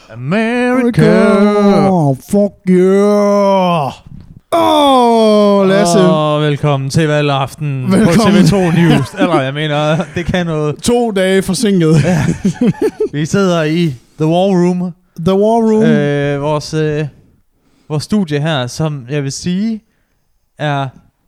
America. Fuck yeah. Lasse. Velkommen til valgaften på TV2 News. Eller jeg mener, det kan noget. 2 dage forsinket. Ja. Vi sidder i The War Room. The War Room. Vores studie her, som jeg vil sige, er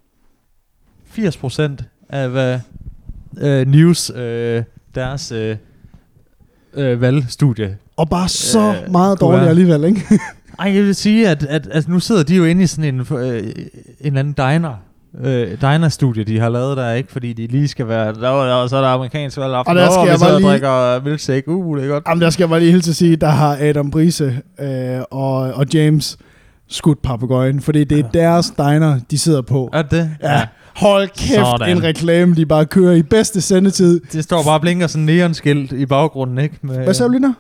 80% af hvad News, deres valgstudie. Og bare så meget dårligt alligevel, ikke? Ej, jeg vil sige, at nu sidder de jo inde i sådan en eller anden diner-studie, de har lavet der, ikke? Fordi de lige skal være der, så er der amerikansk valgaften. Og der skal jeg bare lige drikker milkshake. Det er godt. Jamen, der skal jeg bare lige hilse at sige, der har Adam Brise og James skudt papegøjen, fordi det er deres diner, de sidder på. Er det? Ja. Hold kæft, sådan. En reklame, de bare kører i bedste sendetid. Det står bare og blinker sådan neonskilt i baggrunden, ikke? Hvad sagde du lige nu?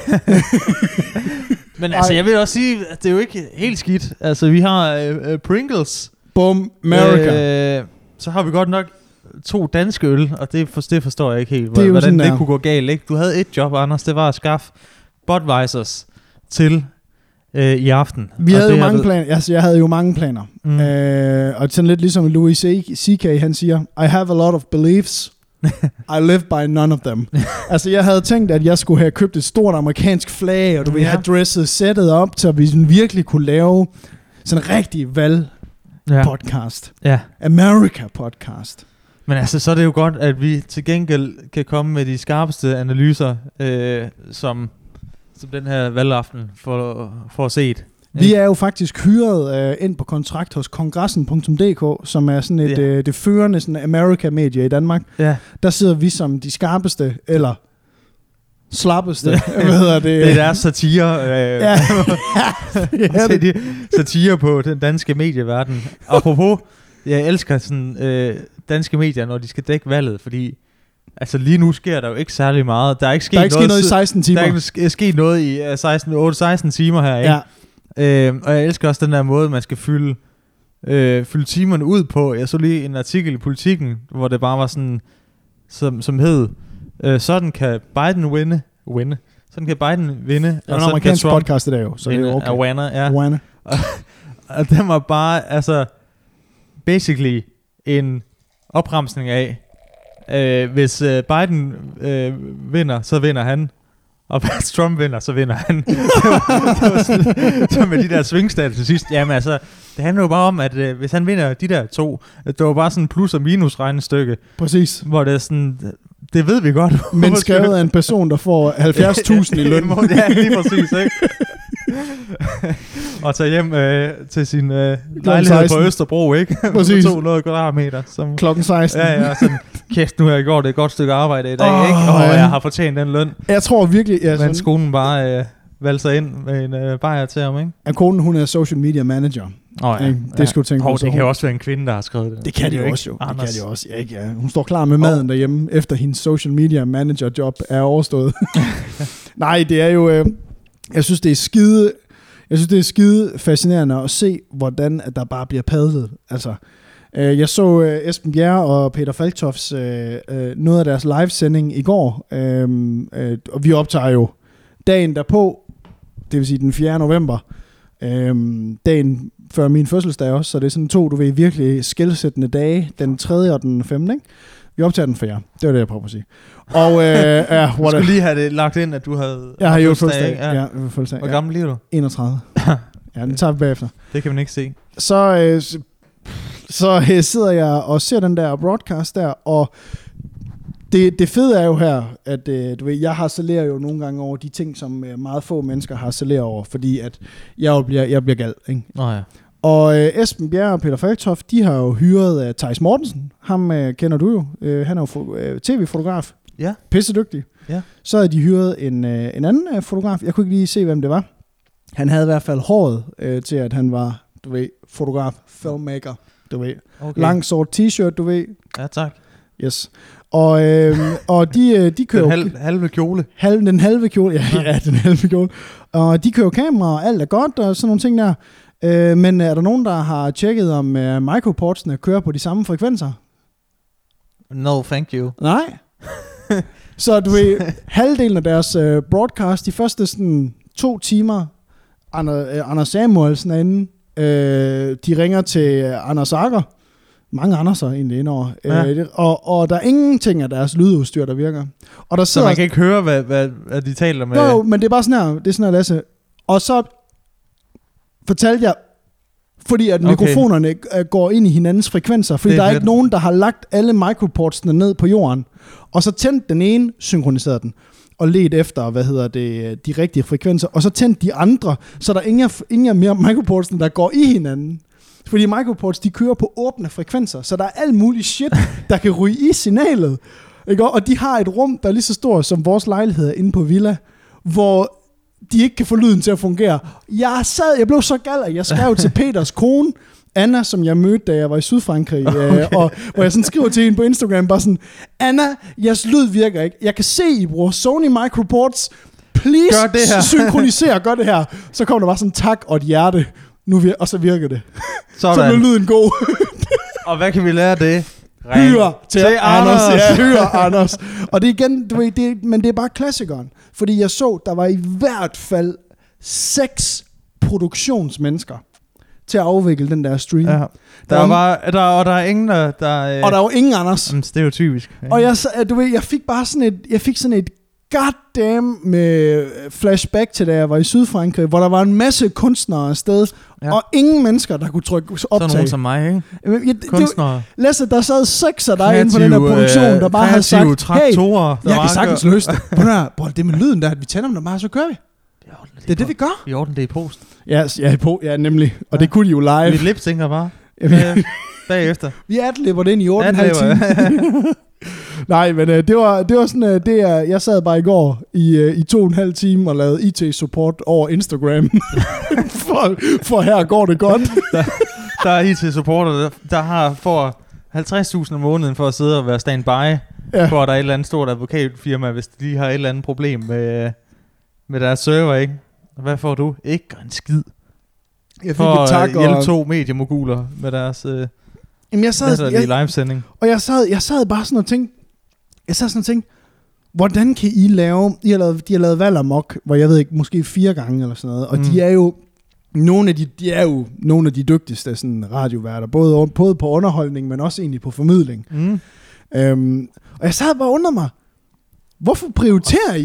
Men altså, jeg vil også sige, at det er jo ikke helt skidt. Altså, vi har Pringles. Boom, America. Så har vi godt nok 2 danske øl, og det forstår jeg ikke helt, hvordan det kunne gå galt, ikke? Du havde et job, Anders, det var at skaffe Budweisers til i aften. Jeg havde jo mange planer. Og sådan lidt ligesom Louis C.K. han siger, I have a lot of beliefs. I live by none of them. Altså, jeg havde tænkt, at jeg skulle have købt et stort amerikansk flag, og du ville have dresset sættet op, så vi sådan virkelig kunne lave sådan en rigtig valg-podcast. Ja. America-podcast. Men altså, så er det jo godt, at vi til gengæld kan komme med de skarpeste analyser, som den her valgaften får set. Vi er jo faktisk hyret ind på kontrakt hos kongressen.dk, som er sådan et det førende sådan America-medie i Danmark. Ja. Der sidder vi som de skarpeste, eller slappeste, hvad hedder det? Det er deres satire. Det er satire på den danske medieverden. Apropos, jeg elsker sådan danske medier, når de skal dække valget, fordi altså lige nu sker der jo ikke særlig meget. Der er ikke sket noget i 16 timer. Der er ikke sket noget i 16 timer her, ikke? Ja. Og jeg elsker også den der måde, man skal fylde timerne ud på. Jeg så lige en artikel i Politiken, hvor det bare var sådan, som hed, sådan kan Biden vinde. Sådan kan Biden vinde. Det er en amerikansk podcast, det der jo. Så det er okay. Awana. Og den var bare, altså, basically en opremsning af, hvis Biden vinder, så vinder han. Og hvis Trump vinder, så vinder han. det var med de der svingstater til sidst. Jamen altså, det handler jo bare om, at hvis han vinder de der 2, det var bare sådan en plus- og minus-regnestykke. Præcis. Hvor det er sådan, det ved vi godt. Men skrevet af en person, der får 70.000 i løn. Ja, lige præcis, ikke? Og tage hjem til sin lejlighed på Østerbro, ikke? Præcis. 200 kvadratmeter. Klokken 16. Ja, sådan, kæft, nu har jeg gjort et godt stykke arbejde i dag, ikke? Og jeg har fortjent den løn. Jeg tror virkelig... Ja, men skolen bare valgte ind med en bajer til ham, ikke? Og konen, hun er social media manager. Det skal du tænke på. Det kan jo også være en kvinde, der har skrevet det. Det kan de også jo. Det kan de også. Ja. Hun står klar med maden derhjemme, efter hendes social media manager job er overstået. Nej, det er jo... Jeg synes, det er skide fascinerende at se, hvordan at der bare bliver padlet. Altså, jeg så Esben Bjerre og Peter Falktofts noget af deres livesending i går, og vi optager jo dagen derpå, det vil sige den 4. november, dagen før min fødselsdag også, så det er sådan 2, du ved, virkelig skelsættende dage, den 3. og den 5. Ikke? Vi optager den 4. Det var det, jeg prøver at sige. Og du skulle lige have det lagt ind, at du havde... Jeg har jo fødselsdag. Ja, fødselsdag. Hvor gammel bliver du? 31. Ja, den tager vi bagefter. Det kan man ikke se. Så sidder jeg og ser den der broadcast der, og det fede er jo her, at du ved, jeg harcelerer jo nogle gange over de ting, som meget få mennesker harcelerer over, fordi at jeg bliver gal, ikke? Ja. Og Esben Bjerre og Peter Falktoft, de har jo hyret Theis Mortensen. Ham kender du jo. Han er jo tv-fotograf. Ja. Pissedygtig. Ja. Så havde de hyret en anden fotograf. Jeg kunne ikke lige se, hvem det var. Han havde i hvert fald håret til, at han var, du ved, fotograf, filmmaker, du ved. Okay. Lang sort t-shirt, du ved. Ja, tak. Yes. Og de kører... Den halve kjole. Den halve kjole, ja, den halve kjole. Og de kører kamera, og alt er godt, og sådan nogle ting der. Men er der nogen, der har tjekket, om microportsene kører på de samme frekvenser? No, thank you. Nej. Så du ved, halvdelen af deres broadcast, de første sådan 2 timer. Anders Samuelsen er inde. De ringer til Anders Agger. Mange Anderser egentlig indover. Ja. Og der er ingenting af deres lydudstyr, der virker. Og der så man kan ikke høre, hvad de taler med? Jo, men det er bare sådan her. Det er sådan her, Lasse. Og så fortalte jeg, fordi at mikrofonerne går ind i hinandens frekvenser, fordi der er ikke nogen, der har lagt alle microportsene ned på jorden, og så tændt den ene, synkroniseret den, og ledt efter, de rigtige frekvenser, og så tændt de andre, så der er ingen af mere microportsene, der går i hinanden. Fordi microports, de kører på åbne frekvenser, så der er alt muligt shit, der kan ryge i signalet. Ikke? Og de har et rum, der er lige så stort som vores lejlighed inde på Villa, hvor de ikke kan få lyden til at fungere. Jeg blev så gal, at jeg skrev til Peters kone, Anna, som jeg mødte, da jeg var i Sydfrankrig, og hvor jeg sådan skriver til hende på Instagram, bare sådan, Anna, jeres lyd virker ikke. Jeg kan se, I bruger Sony Microports. Please, synkroniser, gør det her. Så kom der bare sådan tak og et hjerte. Og så virker det. Så blev lyden god. Og hvad kan vi lære af det? Hyre til Anders. Ja, hyre Anders. Og det er igen, men det er bare klassikeren. Fordi jeg så, der var i hvert fald 6 produktionsmennesker til at afvikle den der stream. Ja. Der er ingen, der... Og der var ingen Anders. Det er jo typisk. Ja. Og jeg fik bare sådan et goddamn med flashback til, da jeg var i Sydfrankrig, hvor der var en masse kunstnere afsted, og ingen mennesker, der kunne trykke optag. Sådan nogen som mig, ikke? Kunstnere. Lasse, der sad 6 af dig inde på den der produktion, der bare havde sagt, traktorer, hey, jeg kan sagtens løse det. Prøv det med lyden der, at vi tænder dem der bare, så kører vi. Det er det, vi gør. Vi ordner det i post. Ja, nemlig. Og det kunne de jo live. Vi lip-synker bare. Bagefter. Vi adlibber det ind i 8,5 timer. Nej, men det var sådan, jeg sad bare i går i 2,5 timer og lavede IT-support over Instagram. for her går det godt. der er IT-supporter, der får 50.000 om måneden for at sidde og være standby, for at der er et eller andet stort advokatfirma, hvis de har et eller andet problem med deres server, ikke? Hvad får du? Ikke en skid. Jeg for at hjælpe 2 mediemoguler med deres livesending. Og jeg sad bare sådan og tænkte, hvordan kan I lave, de har lavet Valg Amok, hvor jeg ved ikke, måske 4 gange eller sådan noget, og de er jo nogle af de dygtigste sådan radioværter, både på underholdning, men også egentlig på formidling. Og jeg sad bare og undrede mig, hvorfor prioriterer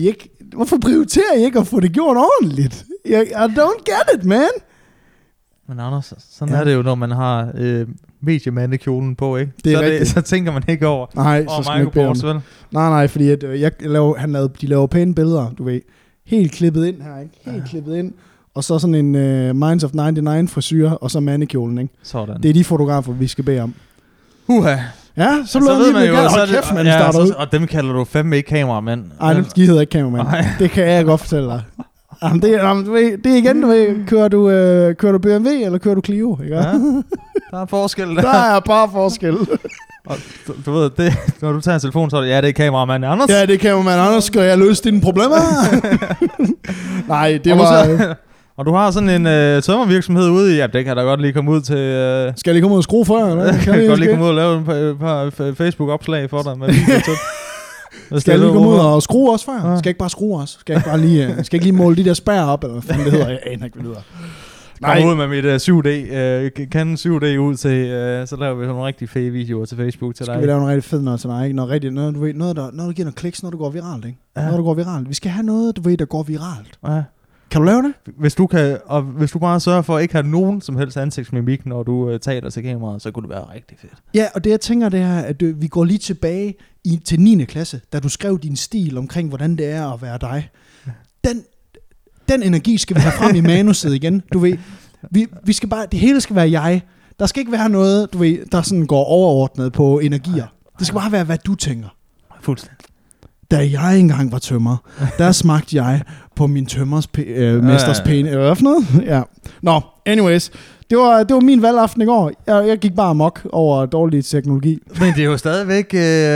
I ikke at få det gjort ordentligt? I don't get it, man. Men Anders, sådan er det jo, når man har mediemandekjolen på, ikke? Så tænker man ikke over. Nej, så skal man ikke bede om det. Nej, fordi at, de laver pæne billeder, du ved. Helt klippet ind her, ikke? Helt klippet ind. Og så sådan en Minds of 99 frisyr, og så mandekjolen, ikke? Sådan. Det er de fotografer, vi skal bede om. Ja, så ved man jo, så og dem kalder du fandme ikke kameramænd. Nej, dem hedder ikke kameramænd. Det kan jeg godt fortælle dig. Det er igen, du ved, kører du BMW, eller kører du Clio, ikke? Ja, der er forskel der. Der er bare forskel. Og du ved, det, når du tager en telefon, så er det, det er kameramand Anders. Ja, det er kameramand Anders. Skal jeg løse dine problemer? Nej, det var... Og du har sådan en tømmervirksomhed ude i, ja, det kan da godt lige komme ud til... Skal jeg lige komme ud og skrue for jer? Kan jeg godt lige komme ud og lave et par Facebook-opslag for dig med Skal jeg lige komme ud og skrue os for jer? Skal jeg ikke bare skrue os? Skal jeg ikke lige måle de der spær op, eller hvad det hedder? Jeg aner ikke, hvad det hedder. Kom ud med mit 7D, kan 7D ud til, så laver vi nogle rigtig fede videoer til Facebook til dig. Skal vi lave nogle rigtig fede noget til dig, ikke? Noget, der giver noget kliks, noget der går viralt, ikke? Ja. Noget der går viralt. Vi skal have noget, du ved, der går viralt. Ja. Kan du lave det? Hvis du bare sørger for at ikke have nogen som helst ansigtsmimik, når du taler til kameraet, så kunne det være rigtig fedt. Ja, og det jeg tænker, det er, at vi går lige tilbage til 9. klasse, da du skrev din stil omkring, hvordan det er at være dig. Den energi skal vi have frem i manuset igen. Du ved, vi skal bare, det hele skal være jeg. Der skal ikke være noget, du ved, der sådan går overordnet på energier. Det skal bare være, hvad du tænker. Fuldstændig. Da jeg engang var tømmer, der smagte jeg på min tømmers mesters pæne. Hvad for noget? Ja. Nå, anyways. Det var min valgaften i går. Jeg gik bare amok over dårlig teknologi. Men det er jo stadigvæk...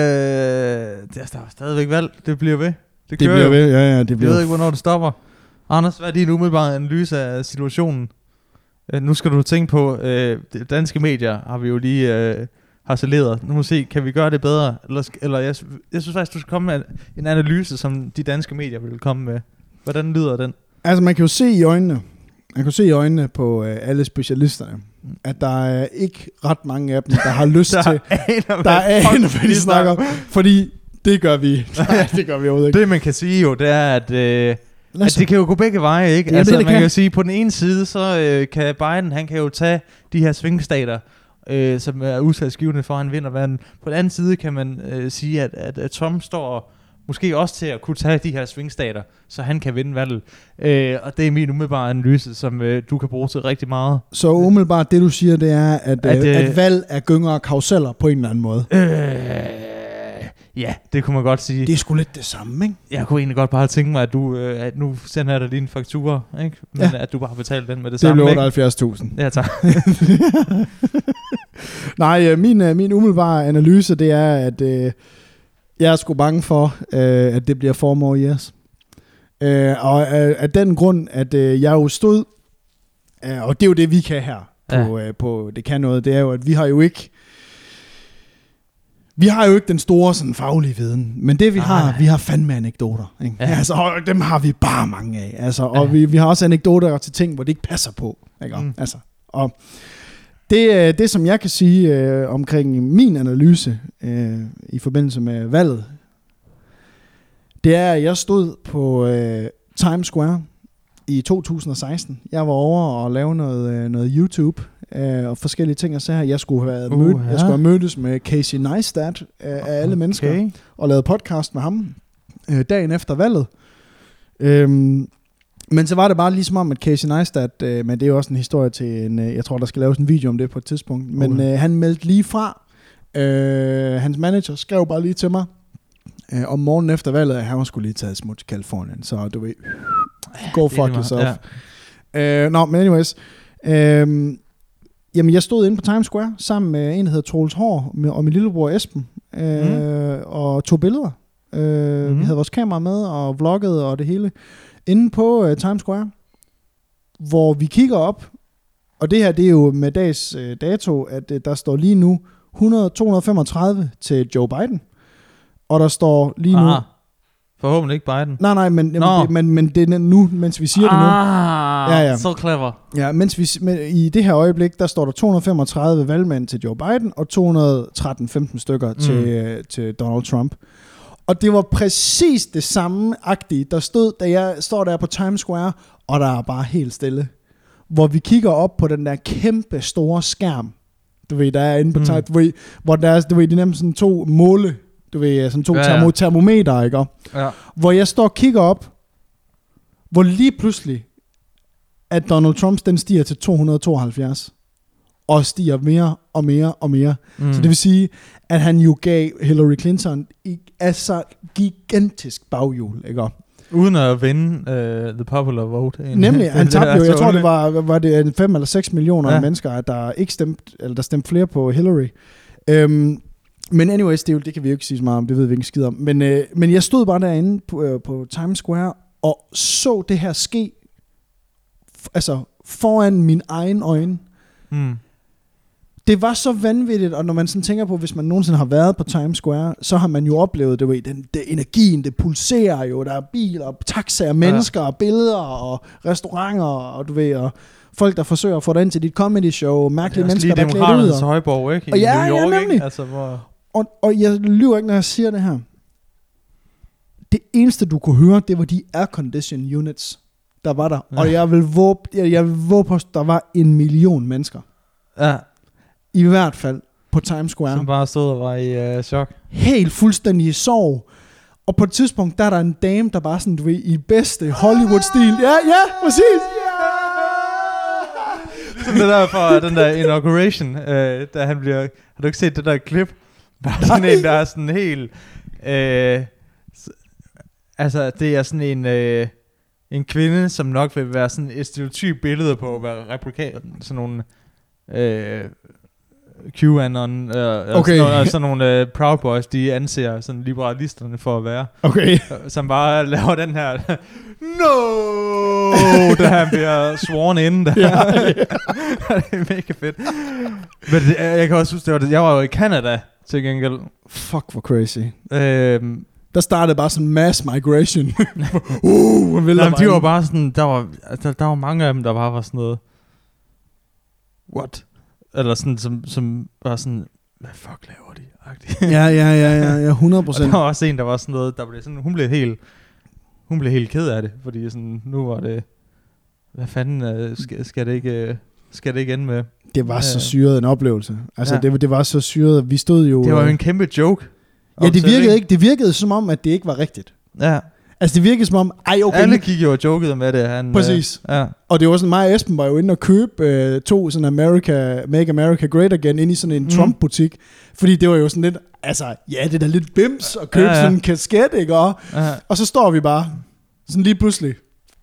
det er stadigvæk valg. Det bliver ved. Det bliver ved, ja. Det bliver. Jeg ved ikke, hvornår det stopper. Anders, hvad er din umiddelbare analyse af situationen? Nu skal du tænke på... danske medier har vi jo lige... harceleret. Nu må vi se, kan vi gøre det bedre? Eller jeg synes faktisk, du skal komme med en analyse, som de danske medier vil komme med. Hvordan lyder den? Altså, man kan jo se i øjnene på alle specialisterne, at der er ikke ret mange af dem, der har lyst til... Der aner, hvad de snakker om. Fordi det gør vi. Nej, det gør vi overhovedet ikke. Det, man kan sige jo, det er, at det kan jo gå begge veje, ikke? Ja, altså, man kan jo sige, på den ene side, så kan Biden, han kan jo tage de her svingstater, som er udslagsgivende for, at han vinder verden. På den anden side kan man sige, at Trump står måske også til at kunne tage de her svingstater, så han kan vinde valget. Og det er min umiddelbare analyse, som du kan bruge til rigtig meget. Så umiddelbart det, du siger, det er, at valg er gynger og karuseller på en eller anden måde. Ja, det kunne man godt sige. Det er sgu lidt det samme, ikke? Jeg kunne egentlig godt bare tænke mig, at nu sender jeg dig lige en faktura, ikke? Men at du bare har betalt den med det samme. Det blev 78.000. Ja, tak. Nej, min umiddelbare analyse, det er, at jeg er sgu bange for, at det bliver 4 more years. Og af den grund, at jeg jo stod, og det er jo det, vi kan her på Det Kan Noget, det er jo, at vi har jo ikke den store sådan faglige viden, men det vi har fandme anekdoter, ikke? Ja. Altså, og dem har vi bare mange af, altså, og vi har også anekdoter til ting, hvor det ikke passer på, ikke? Altså, og det som jeg kan sige omkring min analyse i forbindelse med valget, det er, at jeg stod på Times Square i 2016. Jeg var over og lave noget YouTube og forskellige ting og så her. Jeg skulle have mødtes med Casey Neistat af alle mennesker og lavet podcast med ham dagen efter valget. Men så var det bare ligesom om, at Casey Neistat, men det er jo også en historie til jeg tror, der skal laves en video om det på et tidspunkt, men han meldte lige fra. Hans manager skrev bare lige til mig om morgenen efter valget, at han skulle lige taget smut til Kalifornien, så du ved, go fuck yourself. Men anyways, jamen jeg stod inde på Times Square sammen med en, der hedder Troels Hår og min lillebror Esben, og tog billeder. Vi havde vores kamera med og vloggede og det hele inde på Times Square, hvor vi kigger op, og det her, det er jo med dags dato, at der står lige nu 235 til Joe Biden, og der står lige nu... Forhåbentlig ikke Biden. Nej, men det er nu, mens vi siger det nu. Ja. Så clever. Ja, i det her øjeblik, der står der 235 valgmænd til Joe Biden, og 213-15 stykker til Donald Trump. Og det var præcis det samme-agtige, der stod, da jeg står der på Times Square, og der er bare helt stille. Hvor vi kigger op på den der kæmpe store skærm, du ved, der er inde på Times, hvor der er, du ved, det er nemlig sådan 2 måle, du ved, sådan 2 termometer, ikke? Ja. Hvor jeg står og kigger op, hvor lige pludselig, at Donald Trump, den stiger til 272, og stiger mere og mere og mere. Så det vil sige, at han jo gav Hillary Clinton altså gigantisk baghjul, ikke? Uden at vinde the popular vote. Nemlig, han tabte jo, jeg tror det var det 5 eller 6 millioner mennesker, der ikke stemte, eller der stemte flere på Hillary. Men anyways, det kan vi jo ikke sige så meget om, det ved vi ikke skid om. Men jeg stod bare derinde på Times Square, og så det her ske, altså foran min egen øjne. Det var så vanvittigt, og når man sådan tænker på, hvis man nogensinde har været på Times Square, så har man jo oplevet, du ved, energien, det pulserer jo, der er biler, taxaer, mennesker, og billeder, og restauranter, og du ved, og folk, der forsøger at få dig ind til dit comedy show, mærkelige mennesker, der klæder ud. Og Højborg, ikke? I New York, nemlig. Ikke? Altså, hvor... og jeg lyver ikke, når jeg siger det her. Det eneste, du kunne høre, det var de aircondition units, der var der. Ja. Og jeg vil våge på, der var 1 million mennesker. Ja. I hvert fald på Times Square. Som bare stod og var i chok. Helt fuldstændig i sorg. Og på et tidspunkt, der er der en dame, der bare sådan, du ved, i bedste Hollywood-stil. Ja, præcis. Sådan det der for den der inauguration, da han bliver... Har du ikke set det der klip? Bare sådan en, der er sådan helt... altså, det er sådan en kvinde, som nok vil være sådan et stereotyp billede på at være republikan. Sådan nogle... QAnon og sådan nogle Proud Boys, de anser sådan liberalisterne for at være. Okay. Som bare laver den her da han bliver sworn in. Det er mega fedt. Men jeg kan også huske, jeg var jo i Canada til gengæld. Fuck, hvor crazy. Der startede bare sådan mass migration. De var bare sådan, der var mange af dem, der bare var sådan noget, what? Eller sådan, som var sådan, hvad fuck laver de? Ja, 100%. Og der var også en, der var sådan noget, der blev sådan, hun blev helt ked af det, fordi sådan, nu var det, hvad fanden, skal det ikke ende med? Det var så syret en oplevelse. Altså, det var så syret, vi stod jo... Det var jo en kæmpe joke. Ja, det virkede som om, at det ikke var rigtigt. Ja. Altså, det virkede som om, okay. Alle gik jo og jokede med det. Præcis. Og det var sådan, mig og Esben var jo inde og købe 2 sådan Make America Great Again ind i sådan en Trump-butik. Fordi det var jo sådan lidt, altså, ja, det er da lidt bims at købe sådan en kasket, ikke? Og så står vi bare, sådan lige pludselig,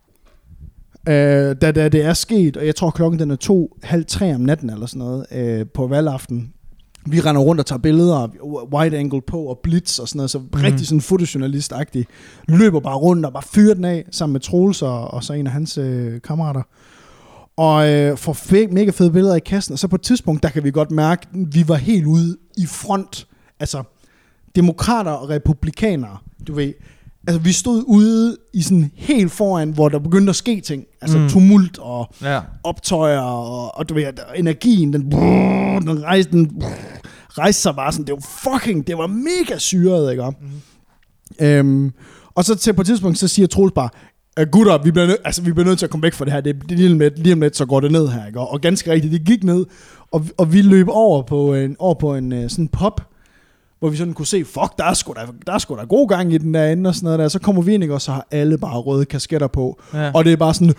da det er sket, og jeg tror klokken den er 2:30 om natten eller sådan noget, på valgaften. Vi render rundt og tager billeder, wide angle på og blitz og sådan noget, så rigtig sådan fotojournalist-agtig. Løber bare rundt og bare fyrer den af sammen med Troels og så en af hans kammerater. Og får mega fede billeder i kassen, og så på et tidspunkt, der kan vi godt mærke, at vi var helt ude i front. Altså, demokrater og republikanere, du ved. Altså, vi stod ude i sådan helt foran, hvor der begyndte at ske ting. Altså, tumult og optøjer, og du ved, energien, den rejste sig bare sådan. Det var mega syret, ikke? Og så på et tidspunkt, så siger Troels bare, gutter, vi bliver nødt til at komme væk fra det her. Det lige om lidt, så går det ned her, ikke? Og ganske rigtigt, det gik ned, og vi løb over på en sådan pop, hvor vi sådan kunne se, fuck, der er sgu da god gang i den der ende og sådan noget der. Så kommer vi ind, ikke, og så har alle bare røde kasketter på. Ja. Og det er bare sådan,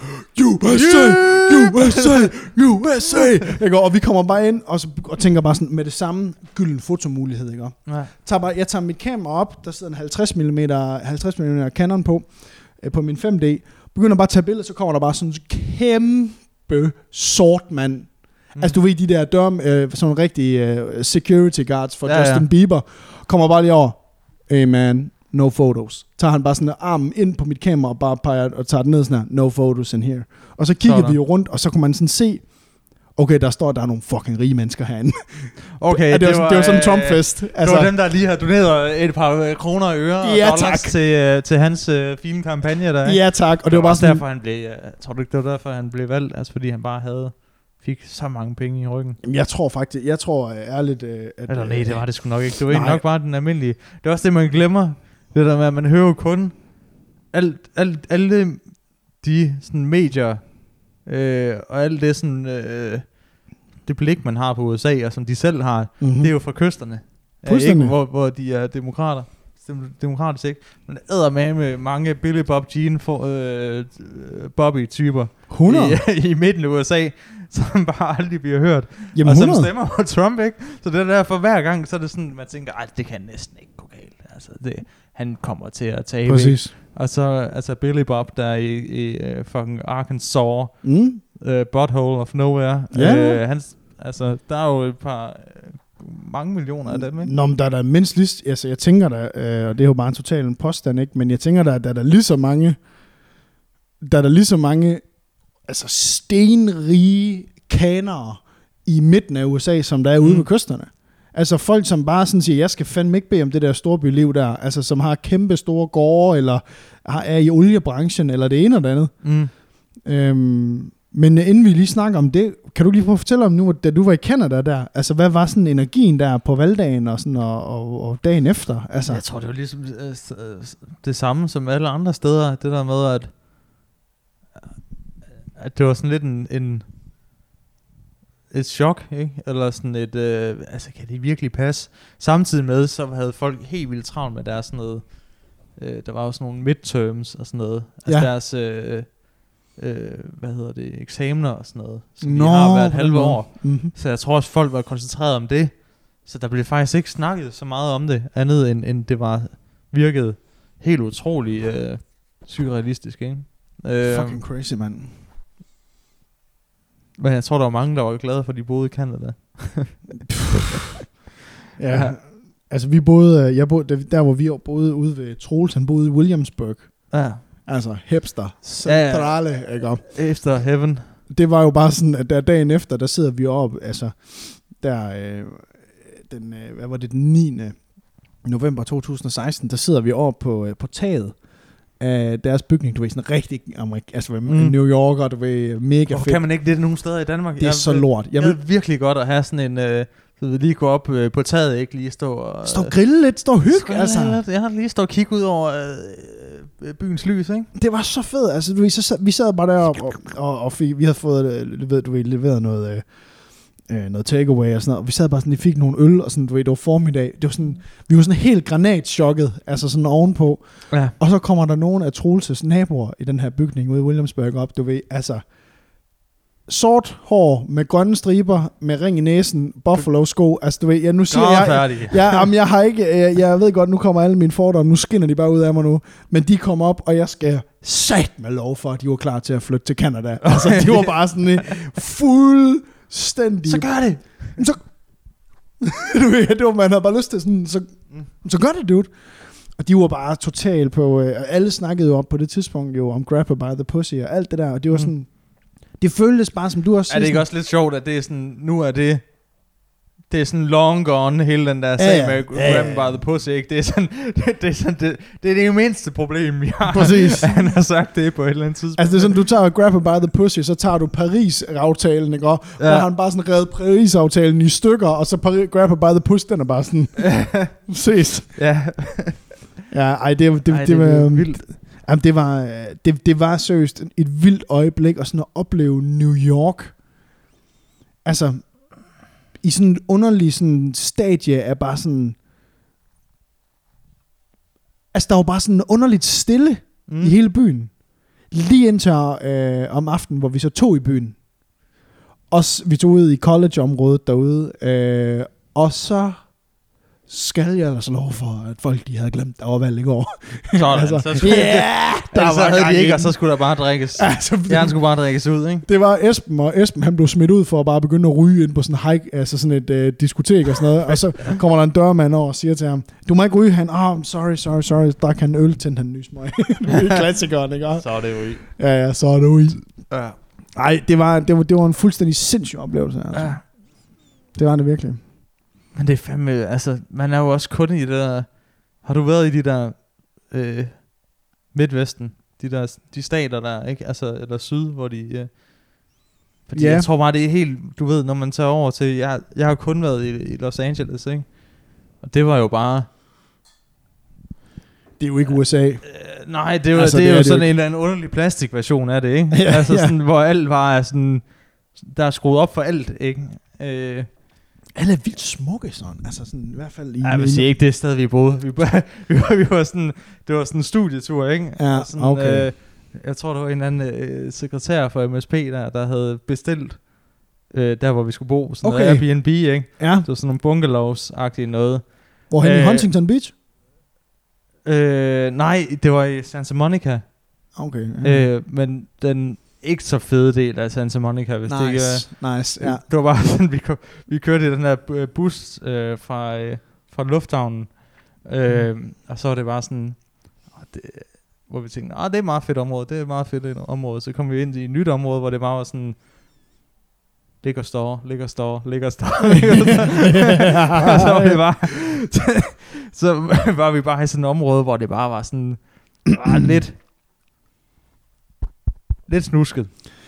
USA! Ikke? Og vi kommer bare ind og tænker bare sådan, med det samme gylden fotomulighed. Ikke? Ja. Jeg tager mit kamera op, der sidder en 50 mm Canon på min 5D. Begynder bare at tage billeder, så kommer der bare sådan en kæmpe sort mand. Altså du ved, de der sådan rigtige security guards for Justin Bieber, kommer bare lige over, hey man, no photos. Tager han bare sådan armen ind på mit kamera og bare peger og tager den ned sådan her, no photos in here. Og så kigger vi jo rundt, og så kunne man sådan se, okay, der er nogle fucking rige mennesker herinde. Okay, det var sådan en Trump-fest. Altså, det var dem, der lige har doneret et par kroner og øre og dollars til hans fine kampagne der. Ja, tak. Og det var bare sådan, derfor han blev, tror du ikke, det var derfor han blev valgt? Altså fordi han bare fik så mange penge i ryggen. Jeg tror ærligt, at... Eller nej, det var det sgu nok ikke. Det var nok bare den almindelige. Det er også det, man glemmer. Det der med, at man hører kun alle de sådan medier, og alt det sådan, det blik, man har på USA, og som de selv har, det er jo fra kysterne. Ikke, hvor de er demokrater. Demokratisk ikke. Men æder med mange Billy Bob Jean Bobby-typer i midten af USA, som bare aldrig bliver hørt. Jamen, og 100. Som stemmer på Trump, ikke? Så det er derfor hver gang, så er det sådan, man tænker, det kan næsten ikke gå galt. Altså, han kommer til at tabe. Præcis. Og så altså Billy Bob, der er i fucking Arkansas, butthole of nowhere. Altså, der er jo et par... mange millioner af dem, ikke? Nå, men der er der mindst lige... Altså, jeg tænker da, og det er jo bare en total en påstand, ikke? Men jeg tænker der er der lige så mange... Der er der lige så mange... Altså, stenrige kanere i midten af USA, som der er ude ved kysterne. Altså, folk, som bare sådan siger, jeg skal fandme ikke bede om det der storbyliv der. Altså, som har kæmpe store gårde, eller er i oliebranchen, eller det ene eller det andet. Men inden vi lige snakker om det, kan du lige prøve at fortælle om nu, da du var i Canada der, altså hvad var sådan energien der på valgdagen og sådan og dagen efter? Altså. Jeg tror, det var ligesom det samme som alle andre steder, det der med, at det var sådan lidt et chok, ikke? Eller sådan et, altså kan det virkelig passe? Samtidig med, så havde folk helt vildt travlt med deres sådan noget, der var jo sådan nogle midterms og sådan noget, altså deres... eksamener og sådan noget, som de har hvert halve år. Så jeg tror også, folk var koncentreret om det. Så der blev faktisk ikke snakket så meget om det, andet end det var virket helt utroligt surrealistisk, ikke? Fucking crazy, mand. Men jeg tror, der var mange, der var glade for, at de boede i Canada. Ja, altså jeg boede, der hvor vi boede ude ved Troels, han boede i Williamsburg. Ja. Altså hipster, centrale, ikke? Efter heaven. Det var jo bare sådan, at der dagen efter, der sidder vi op, altså, der, hvad var det, den 9. november 2016, der sidder vi over på taget af deres bygning, du ved, sådan rigtig New Yorker, du ved, mega Hvorfor fedt. kan man ikke det nogen steder i Danmark? Det er så lort. Jeg ved virkelig godt at have sådan en, lige gå op på taget, ikke lige stå og... Stå og grille lidt, stå og hygge, altså. Jeg har lige stå og kigge ud over byens lys, ikke? Det var så fedt, altså, du ved, vi sad bare der og fik, vi havde fået, leveret noget takeaway og sådan noget, og vi sad bare sådan, vi fik nogle øl, og sådan, du ved, det var formiddag, det var sådan, vi var sådan helt granatchokket, altså sådan ovenpå, ja. Og så kommer der nogen af Troelses naboer i den her bygning ude i Williamsburg op, du ved, altså, sort hår med grønne striber, med ring i næsen, buffalo sko, altså du ved, nu siger jeg har ikke, jeg ved godt, nu kommer alle mine fordomme, nu skinner de bare ud af mig nu, men de kommer op, og jeg skal sat med lov for, at de var klar til at flytte til Canada, altså de var bare sådan fuldstændig. Så gør det! Så, du ved, det var, man havde bare lyst til sådan, så gør det, dude. Og de var bare totalt på, alle snakkede jo op på det tidspunkt jo om Grab by the Pussy og alt det der, og det var sådan, det føltes bare som du også siger. Er det ikke også lidt sjovt, at det er sådan, nu er det er sådan long gone, hele den der sag med Grab by the Pussy, ikke? Det er det mindste problem, jeg har. Præcis. Han har sagt det på et eller andet tidspunkt. Altså det er sådan, du tager Grab by the Pussy, så tager du Paris-aftalen, ikke? Og hvor han bare sådan reddet Paris-aftalen i stykker, og så Grab by the Pussy, den er bare sådan, ses. Ja. Ja, ej, det var vildt. Jamen, det var seriøst et vildt øjeblik, og sådan at opleve New York, altså, i sådan en underlig sådan stadie af bare sådan, altså der var bare sådan underligt stille i hele byen, lige indtil om aftenen, hvor vi så tog i byen, og vi tog ud i college-området derude, og så skal jeg altså lov for, at folk de havde glemt, der var valg i går. Sådan, altså, så skulle havde de ikke, og så skulle der bare drikkes. Altså, han skulle bare drikkes ud, ikke? Det var Esben, og Esben han blev smidt ud for at bare begynde at ryge ind på sådan en hike, altså sådan et diskotek og sådan noget, og så kommer der en dørmand over og siger til ham, du må ikke ryge, han, sorry, der kan en øl til han nys mig. Det er klassikeren, ikke? Så er det ryge. Ja, så er det ryge. Ja. Ej, det var en fuldstændig sindssyg oplevelse, altså. Ja. Det var det virkelig. Men det er fandme, altså, man er jo også kun i det der, har du været i de der Midtvesten, de stater der, ikke? Altså, eller syd, hvor de, fordi jeg tror bare, det er helt, du ved, når man tager over til, jeg har kun været i Los Angeles, ikke? Og det var jo bare, det er jo ikke USA. Nej, det er jo sådan en eller anden underlig plastikversion af det, ikke? Ja, altså sådan, hvor alt var sådan, der er skruet op for alt, ikke? Alle er vildt smukke sådan, altså sådan i hvert fald i... Jeg vil sige ikke det sted vi boede. Vi var sådan, det var sådan en studietur, ikke? Ja, sådan, okay. Jeg tror der var en anden sekretær for MSP der havde bestilt der hvor vi skulle bo, sådan noget Airbnb, ikke? Ja. Det var sådan nogle bungalows-agtige noget. Hvorhen i Huntington Beach? Nej, det var i Santa Monica. Okay. Ja. Men den ikke så fede del af Santa Monica, hvis det ikke nice, ja. Det var bare sådan, vi kørte i den her bus fra lufthavnen, og så var det bare sådan, hvor vi tænkte, det er et meget fedt område, så kom vi ind i et nyt område, hvor det bare var sådan, ligger store. Og så var vi bare i sådan et område, hvor det bare var sådan, lidt snusket.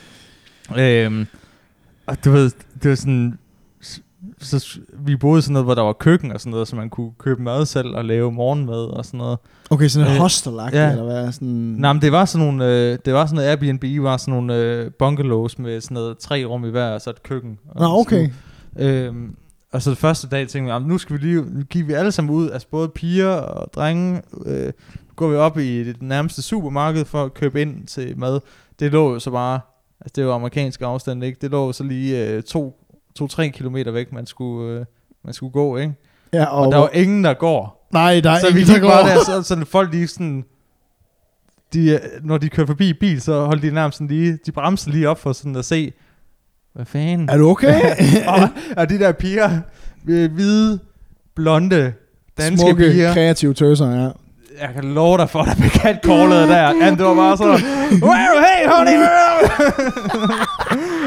Og du ved, det var sådan, så vi boede sådan noget, hvor der var køkken og sådan noget, så man kunne købe mad selv og lave morgenmad og sådan noget. Okay, sådan en hostel-agtigt, eller hvad? Sådan... Nej, men det var sådan noget Airbnb, var sådan nogle bungalows med sådan noget 3 rum i hver, og så et køkken. Okay. Og så det første dag tænkte vi, nu skal vi lige, give vi alle sammen ud, altså både piger og drenge, går vi op i det nærmeste supermarked for at købe ind til mad. Det lå jo så bare, altså det var amerikansk afstand, ikke? Det lå så lige 2-3 kilometer væk, man skulle gå, ikke? Ja, og der var ingen, der går. Nej, der er så ingen, der går. Så vi gik bare der, så folk lige sådan, når de kører forbi bil, så holdt de nærmest sådan lige, de bremser lige op for sådan at se, hvad fanden? Er du okay? og de der piger, hvide, blonde, danske smukke, piger. Kreative tøser, ja. Jeg kan love dig for, at der blev catcallet der. Jamen, det var bare sådan, hey, honey,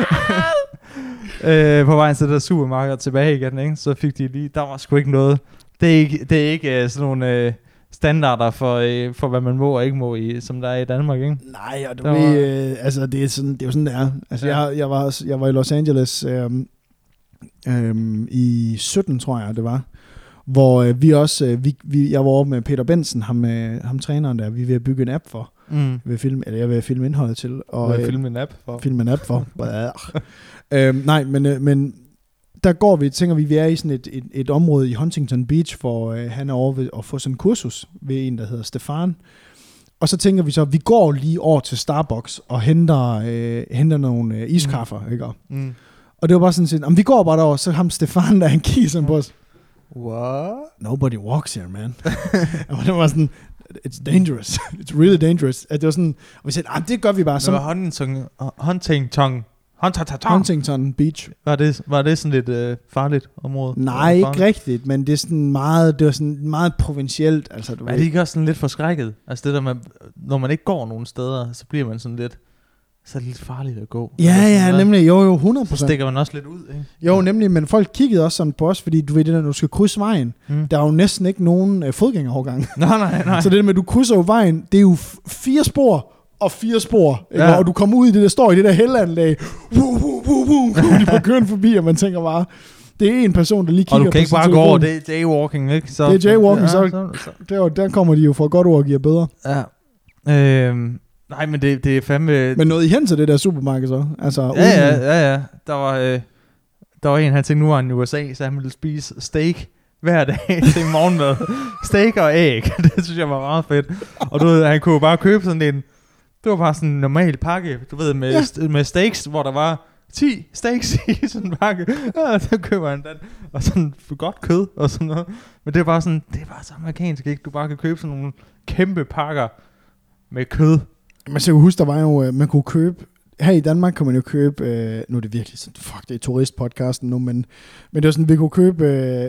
på vejen til det der supermarked tilbage igen, ikke? Så fik de lige, der var sgu ikke noget Det er ikke sådan nogle standarder for hvad man må og ikke må, som der er i Danmark, ikke? Nej, og du ved, altså det er jo sådan, det er. Altså jeg var i Los Angeles i 17, tror jeg, det var. Hvor vi også, jeg var over med Peter Benson, ham træneren der, vi er ved at bygge en app for. Jeg er ved at filme indholdet til. Og filme en app for. Filme en app for. Nej, men der tænker vi er i sådan et område i Huntington Beach, hvor han er over ved at få sådan en kursus ved en, der hedder Stefan. Og så tænker vi så, vi går lige over til Starbucks og henter nogle iskaffer, ikke? Og det var bare sådan set, vi går bare derover, så ham Stefan, der han kigger sådan på os. What? Nobody walks here, man. Og det var sådan, it's dangerous. It's really dangerous. At det var sådan, og vi sagde, det gør vi bare. Det var Huntington Beach. Var det sådan lidt farligt område? Nej, ikke rigtigt, men det er sådan meget, det var sådan meget provincielt. Altså, er det ikke også sådan lidt forskrækket? Altså det der med, når man ikke går nogen steder, så bliver man sådan lidt, så er det lidt farligt at gå. Ja, nemlig, jo, 100%. Så stikker man også lidt ud, ikke? Jo, nemlig, men folk kiggede også sådan på os, fordi du ved det der, når du skal krydse vejen, der er jo næsten ikke nogen fodgængerovergang. Nej. Så det der med, at du krydser jo vejen, det er jo 4 spor og 4 spor, ja. Og du kommer ud i det, der står i det der hældeanlæg, de får køren forbi, og man tænker bare, det er en person, der lige kigger på. Og du kan ikke bare gå over, det er jaywalking, ikke? Så, det er jaywalking, så der kommer de jo for godt ord og giver bedre. Ja. Nej, men det er fandme... Men nåede I hen til det der supermarked så? Altså, ja. Der var en, han tænkte, nu er han i USA, så han ville spise steak hver dag til morgenmad. Steak og æg, det synes jeg var meget fedt. Og du ved, han kunne bare købe sådan en... Det var bare sådan en normal pakke, du ved, med steaks, hvor der var 10 steaks i sådan en pakke. Ja, så køber han den. Og sådan godt kød og sådan noget. Men det er bare sådan, det er bare så amerikansk, ikke? Du bare kan købe sådan nogle kæmpe pakker med kød. Man skal jo huske, der var jo, man kunne købe, her i Danmark kan man jo købe, nu er det virkelig sådan, det er turistpodcasten nu, men det var sådan, vi kunne købe,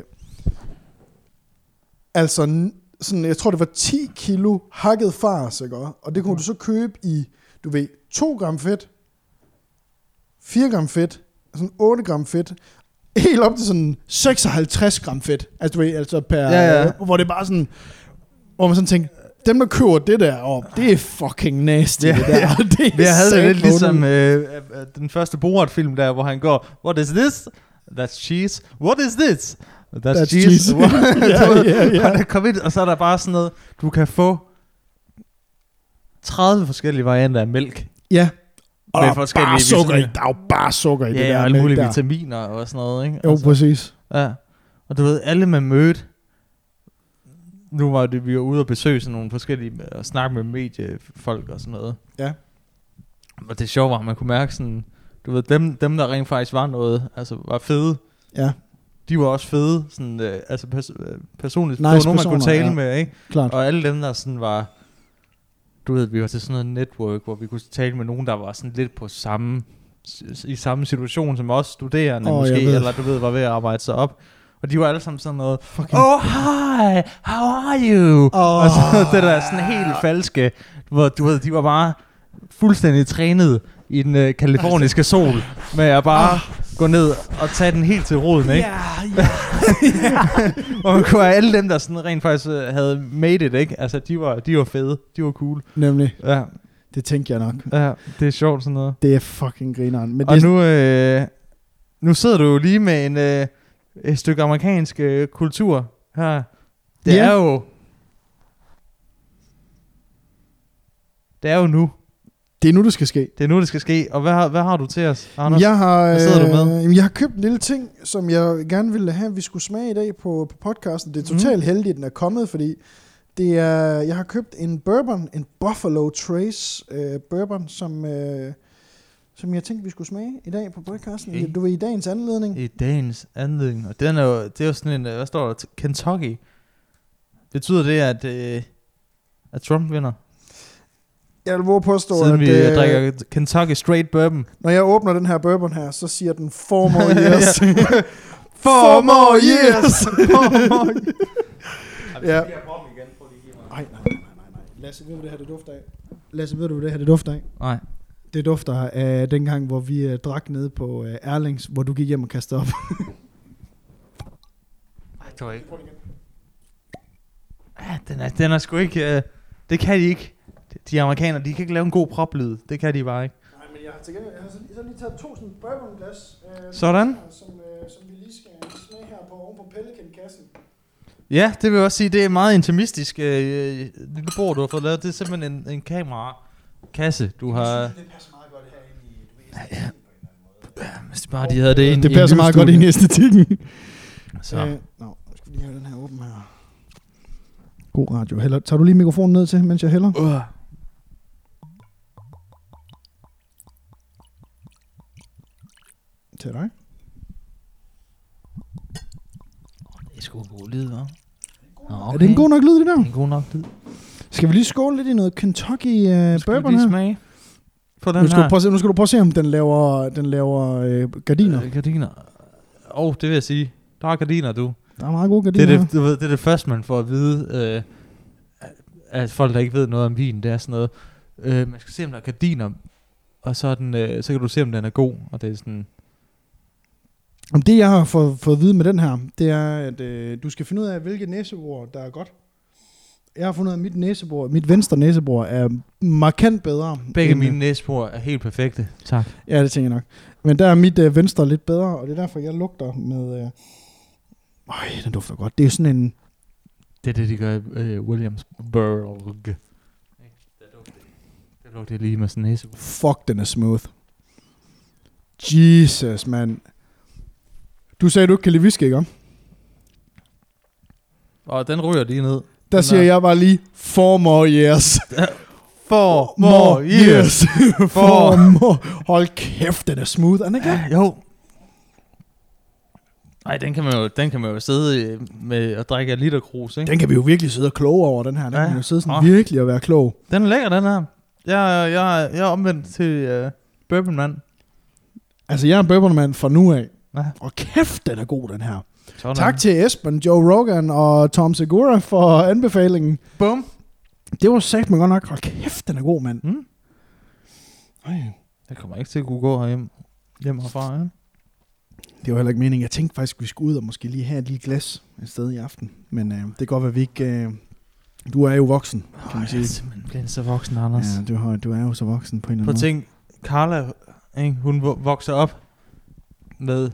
altså sådan, jeg tror det var 10 kilo hakket fars, ikke? Og det kunne du så købe i, du ved, 2 gram fedt, 4 gram fedt, sådan 8 gram fedt, helt op til sådan 56 gram fedt, altså du ved, altså per, hvor det er bare sådan, hvor man sådan tænker, dem der køber det der, det er fucking nasty, det der. Ja. Vi havde det lidt ligesom den første Borat-film der, hvor han går, what is this? That's cheese. What is this? That's cheese. Han kom ind, og så er der bare sådan noget, du kan få 30 forskellige varianter af mælk. Ja. Og der er jo bare sukker i det der. Ja, og alle mulige vitaminer og sådan noget, ikke? Jo, altså, præcis. Ja. Og du ved, alle man mødte, nu var det, vi var ude og besøge sådan nogle forskellige, og snakke med mediefolk og sådan noget. Ja. Og det sjove var, at man kunne mærke sådan, du ved, dem der rent faktisk var noget, altså var fede. Ja. De var også fede, sådan, altså personligt. Nice, det var nogen, man kunne tale med, ikke? Klart. Og alle dem, der sådan var, du ved, vi var til sådan noget network, hvor vi kunne tale med nogen, der var sådan lidt på i samme situation som os studerende måske, eller du ved, var ved at arbejde sig op. Og de var alle sammen sådan noget, oh hi, how are you? Og så det der sådan helt falske, hvor du ved, de var bare fuldstændig trænet i den kaliforniske sol, med at bare gå ned og tage den helt til roden, ikke? Ja. Og man kunne have alle dem, der sådan rent faktisk havde made it, ikke? Altså, de var fede, de var cool. Nemlig. Ja. Det tænkte jeg nok. Ja, det er sjovt sådan noget. Det er fucking grineren. Men og nu sidder du jo lige med et stykke amerikansk kultur her. Det er jo nu. Det er nu, det skal ske. Det er nu, det skal ske. Og hvad har du til os, Anders? Hvad sidder du med? Jeg har købt en lille ting, som jeg gerne ville have, vi skulle smage i dag på podcasten. Det er totalt heldigt, den er kommet, fordi jeg har købt en bourbon, en Buffalo Trace bourbon, som jeg tænkte, vi skulle smage i dag på podcasten. Okay. Du ved, i dagens anledning. I dagens anledning. Og det er jo sådan en, hvad står der? Kentucky. Betyder det, at Trump vinder? Jeg vil våge påstå, siden vi drikker Kentucky Straight Bourbon. Når jeg åbner den her bourbon her, så siger den 4 more years. 4 more years. Ja. Nej. Lasse, ved du det her, det dufter af? Lasse, ved du det her, det dufter af? Nej. Det dufter af dengang, hvor vi drak nede på Erlings, hvor du gik hjem og kastede op. Nej, det var ikke. Den er sgu ikke... det kan de ikke. De amerikanere, de kan ikke lave en god proplyd. Det kan de bare ikke. Nej, men jeg har så lige taget 2 sådan bourbonglas. Sådan. Som vi lige skal smage her oven på Pelican-kassen. Ja, det vil jeg også sige. Det er meget intimistisk lille bord, du har fået lavet. Det er simpelthen en kamerakasse, du har... Det passer meget godt herinde i... Ja, hvis bare de havde det ind det passer meget godt ind i æstetikken. Så. Nu skal vi lige have den her åben her. God radio. Heller, tager du lige mikrofonen ned til, mens jeg hælder? Til dig. Det er sgu en god lyd, hva'? Okay. Er det en god nok lyd, det der? Det er en god nok lyd. Skal vi lige skåle lidt i noget Kentucky bourbon her? Smage på den nu skal du prøve at se, om den laver gardiner. Gardiner. Det vil jeg sige. Der er gardiner, du. Der er meget gode gardiner. Det er det første, man får at vide, at folk, der ikke ved noget om vin, det er sådan noget. Man skal se, om der er gardiner, og så kan du se, om den er god, og det er sådan... Om det, jeg har fået at vide med den her, det er, at du skal finde ud af, hvilket næsebor, der er godt. Jeg har fundet ud af, at mit venstre næsebor er markant bedre. Begge mine næsebor er helt perfekte. Tak. Ja, det tænker jeg nok. Men der er mit venstre lidt bedre, og det er derfor, jeg lugter med... den dufter godt. Det er sådan en... Det er det, de gør i Williamsburg. Det lugter lige med sådan en næsebor. Fuck, den er smooth. Jesus, man. Du sagde, du ikke kan lide whisky, ikke? Og den ryger lige ned. Der siger jeg bare lige, 4 more years. 4 more years. 4 more. Hold kæft, den er smooth, er den ikke? Jo. Nej, den kan man jo sidde med og drikke af literkrus, ikke? Den kan vi jo virkelig sidde og kloge over, den her. Den kan jo sidde sådan virkelig og være klog. Den er lækker, den her. Jeg er omvendt til bourbonmand. Altså, jeg er en bourbonmand fra nu af. Ja. Og kæft, den er god, den her. Sådan. Tak til Esben, Joe Rogan og Tom Segura for anbefalingen. Bum. Det var sagt man godt nok. Hold kæft, den er god, mand. Jeg kommer ikke til at kunne gå hjem herfra, ja? Det var heller ikke meningen. Jeg tænkte faktisk, at vi skulle ud og måske lige have et lille glas et sted i aften. Men det kan godt være, vi ikke... du er jo voksen, kan man sige. Jeg er simpelthen blevet så voksen, Anders. Ja, du er jo så voksen på en eller anden måde. Carla, ikke? Hun vokser op med...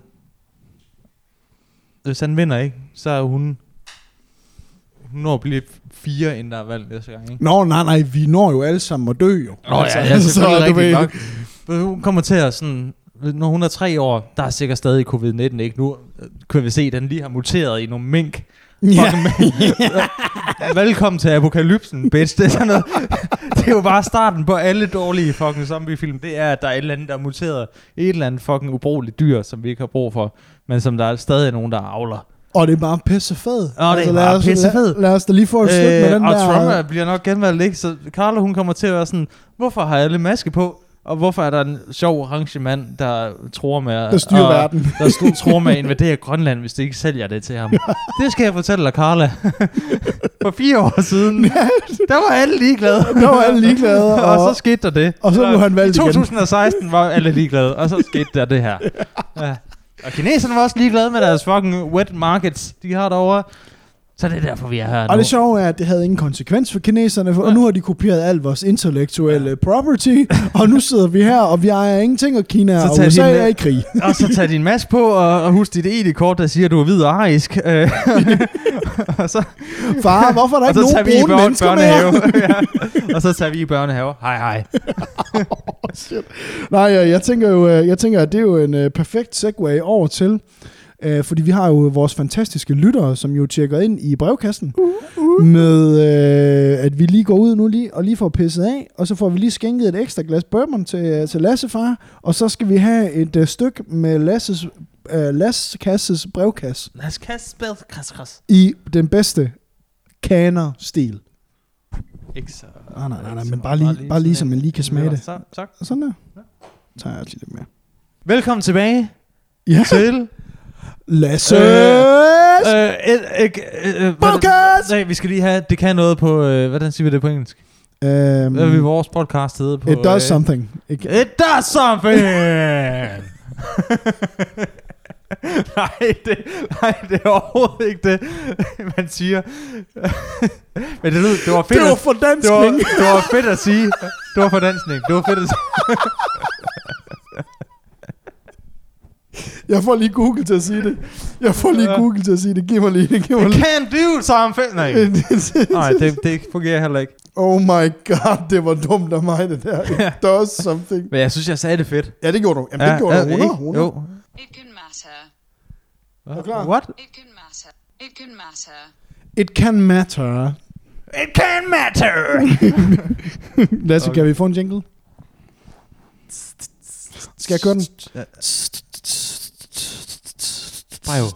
Hvis han vinder, ikke? Så er hun når at blive 4, inden der er valg næste gang, ikke? Nå, nej, vi når jo alle sammen at dø, jo. Ja, selvfølgelig rigtigt nok. Hun kommer til at sådan... Når hun er 3 år, der er sikkert stadig covid-19, ikke? Nu kan vi se, at den lige har muteret i nogle mink. Ja. Velkommen til apokalypsen, bitch. Det er sådan noget. Det er jo bare starten på alle dårlige fucking zombiefilm. Det er, at der er et eller andet, der er muteret i et eller andet fucking ubrugeligt dyr, som vi ikke har brug for, men som der er stadig nogen, der avler. Og det er bare pissefed. Og det er bare pissefed. Lad os da lige få et slut med den og der. Og Trump bliver nok genvalgt, ikke? Så Carla, hun kommer til at være sådan, hvorfor har alle maske på? Og hvorfor er der en sjov orange mand, der tror med der styrer verden. Der tror med at invadere Grønland, hvis det ikke sælger det til ham. Det skal jeg fortælle dig, Carla. For 4 år siden, der var alle ligeglade. Og så skete der det. Og så blev han valgt igen. I 2016 var alle ligeglade, og så skete der det her. Ja. Og kineserne var også ligeglade med deres fucking wet markets, de har derovre. Så det er derfor, vi er her nu. Og det sjove er, at det havde ingen konsekvens for kineserne, og nu har de kopieret alt vores intellektuelle property, og nu sidder vi her, og vi ejer ingenting, og Kina og USA er i krig. Og så tag din maske på, og husk dit ID-kort, der siger, at du er hvid og arisk. Og så, far, hvorfor er der ikke nogen brune mennesker med? Og så tager vi i børnehave. Hej. Nej, jeg tænker, at det er jo en perfekt segue over til... fordi vi har jo vores fantastiske lyttere, som jo tjekker ind i brevkassen, med at vi lige går ud nu og lige får pisset af, og så får vi lige skænket et ekstra glas bourbon til Lassefar, og så skal vi have et stykke med Lasses brevkasse. Lasses brevkasse. I den bedste kaner-stil. Ikke så... Nej, men bare lige så man lige kan smage det. Tak. Sådan der. Ja. Tager jeg lidt mere. Velkommen tilbage til... Lasse podcast. Nej, vi skal lige have. Det kan noget på. Hvordan siger vi det på engelsk? Hvad vil vores podcast hedde på? It does something. It does something. Nej, det er overhovedet ikke det, man siger. Men det var fedt. Det var fordanskning. Det var fedt at sige. Det var fordanskning. Det var fedt at sige. Jeg får lige Google til at sige det. Giv mig lige. Can't do something. Nej, det fungerer heller ikke. Oh my god, det var dumt af mig, det der. It does something. Men jeg synes, jeg sagde det fedt. Ja, det gjorde du. Jamen, det gjorde du. 100. It can matter. Er du klar? What? It can matter. It can matter. It can matter. It can matter. Lasse, kan vi få en jingle? Skal jeg køre den? Brev.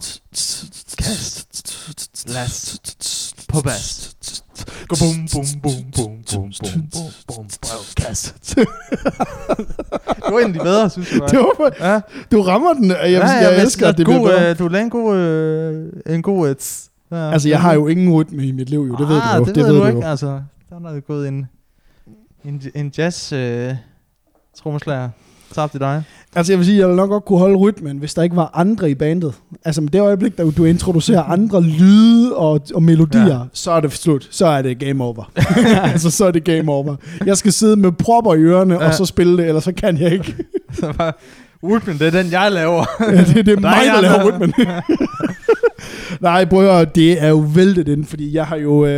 Kast. Last. På bas. Go boom, boom, boom, boom, boom, boom, boom, boom. Brev. Kast. Det var en af de bedre, synes jeg. Det var, ja. Du rammer den. Jeg elsker, at det bliver bedre. Du lavede en god altså, jeg har jo ingen rytme i mit liv, jo. Det ved du jo. Det ved du ikke, altså. Der er gået en jazz trommeslager. Tabt i dig. Altså, jeg vil sige, jeg vil nok godt kunne holde rytmen, hvis der ikke var andre i bandet. Altså, med det øjeblik, der du introducerer andre lyde og melodier, så er det slut. Så er det game over. Altså, så er det game over. Jeg skal sidde med propper i ørerne, og så spille det, eller så kan jeg ikke. Rytmen, det er den, jeg laver. Ja, det er mig, der laver rytmen. Nej, bror, det er jo væltet ind, fordi jeg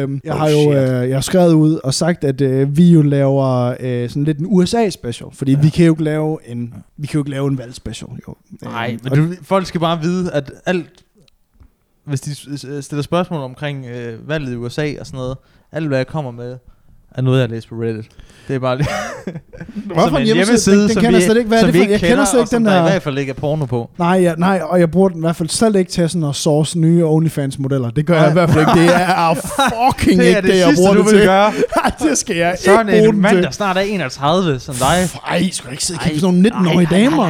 har skrevet ud og sagt, at vi jo laver sådan lidt en USA-special, fordi vi kan jo ikke lave en valg-special. Nej, men folk skal bare vide, at alt, hvis de stiller spørgsmål omkring valget i USA og sådan noget, alt hvad jeg kommer med, er noget, jeg har læst på Reddit. Det er bare lige som en hjemmeside, som vi ikke kender, og som der i hvert fald ikke er porno på. Nej, og jeg bruger den i hvert fald slet ikke til sådan at source nye OnlyFans-modeller. Det gør jeg i hvert fald ikke. Det er fucking ikke det, jeg bruger det til. Gøre. Det skal jeg ikke bruge den til. En mand, der snart er 31, som dig. Nej, skal du ikke sidde og kigge på sådan nogle 19-årige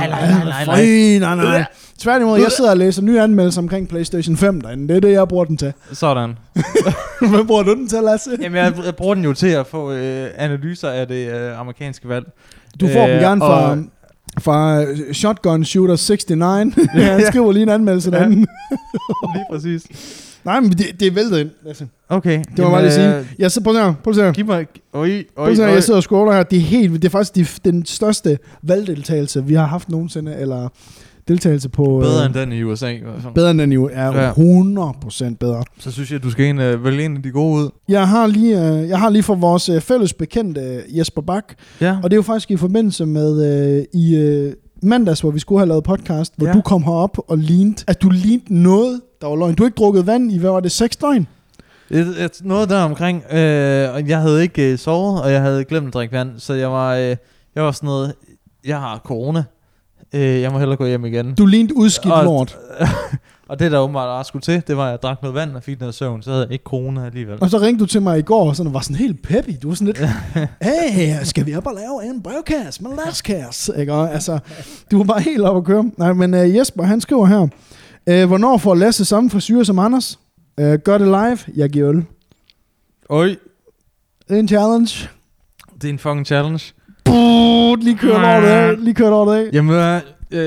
damer? Nej. Tværtimod, jeg sidder og læser nye anmeldelser omkring PlayStation 5 derinde. Det er det, jeg bruger den til. Sådan. Hvad bruger du den til, Lasse? Jamen, jeg bruger den jo til at få analyser af det amerikanske valg. Du får dem gerne fra Shotgun Shooter 69. Han skriver lige en anmeldelse derinde. Lige præcis. Nej, men det er væltet ind, Lasse. Okay. Det må jeg bare lige sige. Jeg sidder, prøv at se her. Giv mig... Jeg sidder og scroller her. Det er faktisk den største valgdeltagelse, vi har haft nogensinde, eller deltagelse på... Bedre end den i USA. Bedre end den i USA. Er 100% bedre. Så synes jeg, at du skal vælge en af de gode ud. Jeg har lige for vores fælles bekendte Jesper Bak. Ja. Og det er jo faktisk i forbindelse med i mandags, hvor vi skulle have lavet podcast, hvor du kom herop og lignede, at du lignede noget, der var løgn. Du har ikke drukket vand i, hvad var det, 6 døgn? Noget der omkring, og jeg havde ikke sovet, og jeg havde glemt at drikke vand, så jeg var sådan noget, jeg har corona. Jeg må hellere gå hjem igen. Du lignede udskidt lort. Og det der åbenbart også skulle til, det var, at jeg drak noget vand og fik noget søvn, så havde jeg ikke corona alligevel. Og så ringte du til mig i går, og sådan, var sådan helt peppy. Du var sådan lidt, hey, skal vi op og lave en brevkasse med lastkasse? Ikke? Og, altså, du var bare helt op at køre. Nej, men Jesper, han skriver her, hvornår får Lasse samme frisyre som Anders? Gør det live, jeg giver øl. Oj. Det er en challenge. Det er en fucking challenge. Lige kørt over det af. Jamen,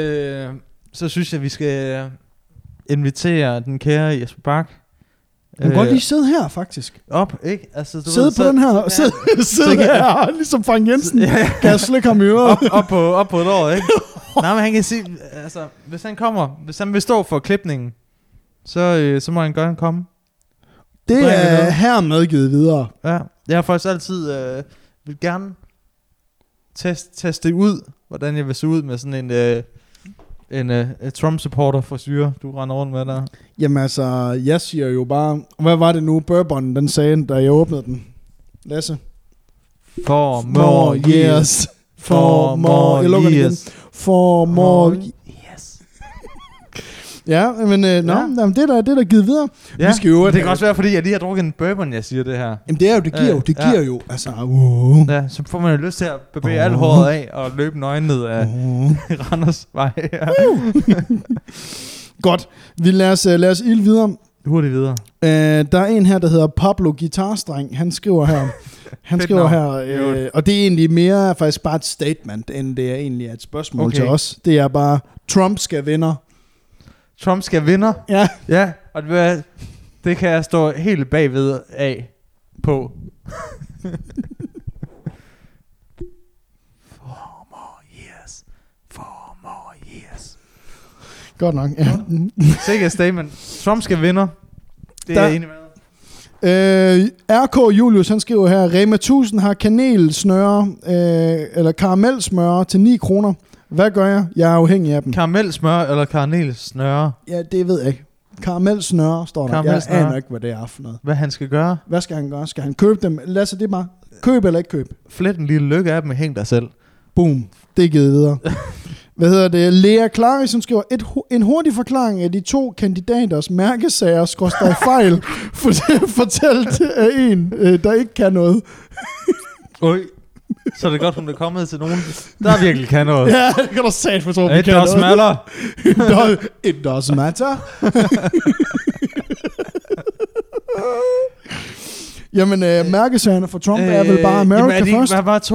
så synes jeg, vi skal invitere den kære Jesper Bak. Du kan godt lige sidde her, faktisk. Op, ikke? Altså, du sidde på den her. Sidde her, ligesom Frank Jensen. Kan jeg slikke ham i øret? op på et år, ikke? Nej, men han kan sige, altså, hvis han vil stå for klipningen, så må han gerne komme. Det er hermed givet videre. Ja, jeg har faktisk altid vil gerne teste ud, hvordan jeg vil se ud med sådan en Trump-supporter frisyre, du render rundt med der. Jamen altså, jeg siger jo bare, hvad var det nu, Bourbon, den sagde, da jeg åbnede den? Lasse? For more years. For more years. For more years. Ja, men det er der givet videre. Ja, vi skal jo, det kan også være, fordi jeg lige har drukket en bourbon, jeg siger det her. Jamen det er jo, det giver jo, altså. Ja, så får man jo lyst til at bevæge alt håret af og løbe nøgen ned af Randers Vej. Ja. Godt, vi lad os ilde videre. Hurtigt videre. Der er en her, der hedder Pablo Guitarstreng. Han skriver her. Og det er egentlig mere faktisk bare et statement, end det er egentlig et spørgsmål til os. Det er bare, Trump skal vinde. Trump skal vinde. Ja. Ja, og det kan jeg stå helt bagved af på. 4 more years. 4 more years. Godt nok, ja. Sikkert statement. Trump skal vinde. Det er jeg enig med. RK Julius, han skriver her, Rema 1000 har kanelsnøre, eller karamelsmøre til 9 kroner. Hvad gør jeg? Jeg er afhængig af dem. Karamelsmør eller kanelsnøre? Ja, det ved jeg ikke. Karamelsnøre står der. Jeg aner ikke, hvad det er for noget. Hvad han skal gøre? Hvad skal han gøre? Skal han købe dem? Lasse, det er bare køb eller ikke køb. Flet en lille lykke af dem og hæng dig selv. Boom. Det er givet videre. Hvad hedder det? Lea Clary, som skriver, en hurtig forklaring af de 2 kandidaters mærkesager skorstræk fejl, fortalt af en, der ikke kan noget. Oj. Så er det godt, hun er kommet til nogen, der virkelig kan noget. Ja, det kan du sagt for så, It does matter. It does matter. Jamen, mærkesagerne for Trump er vel bare America først? Der var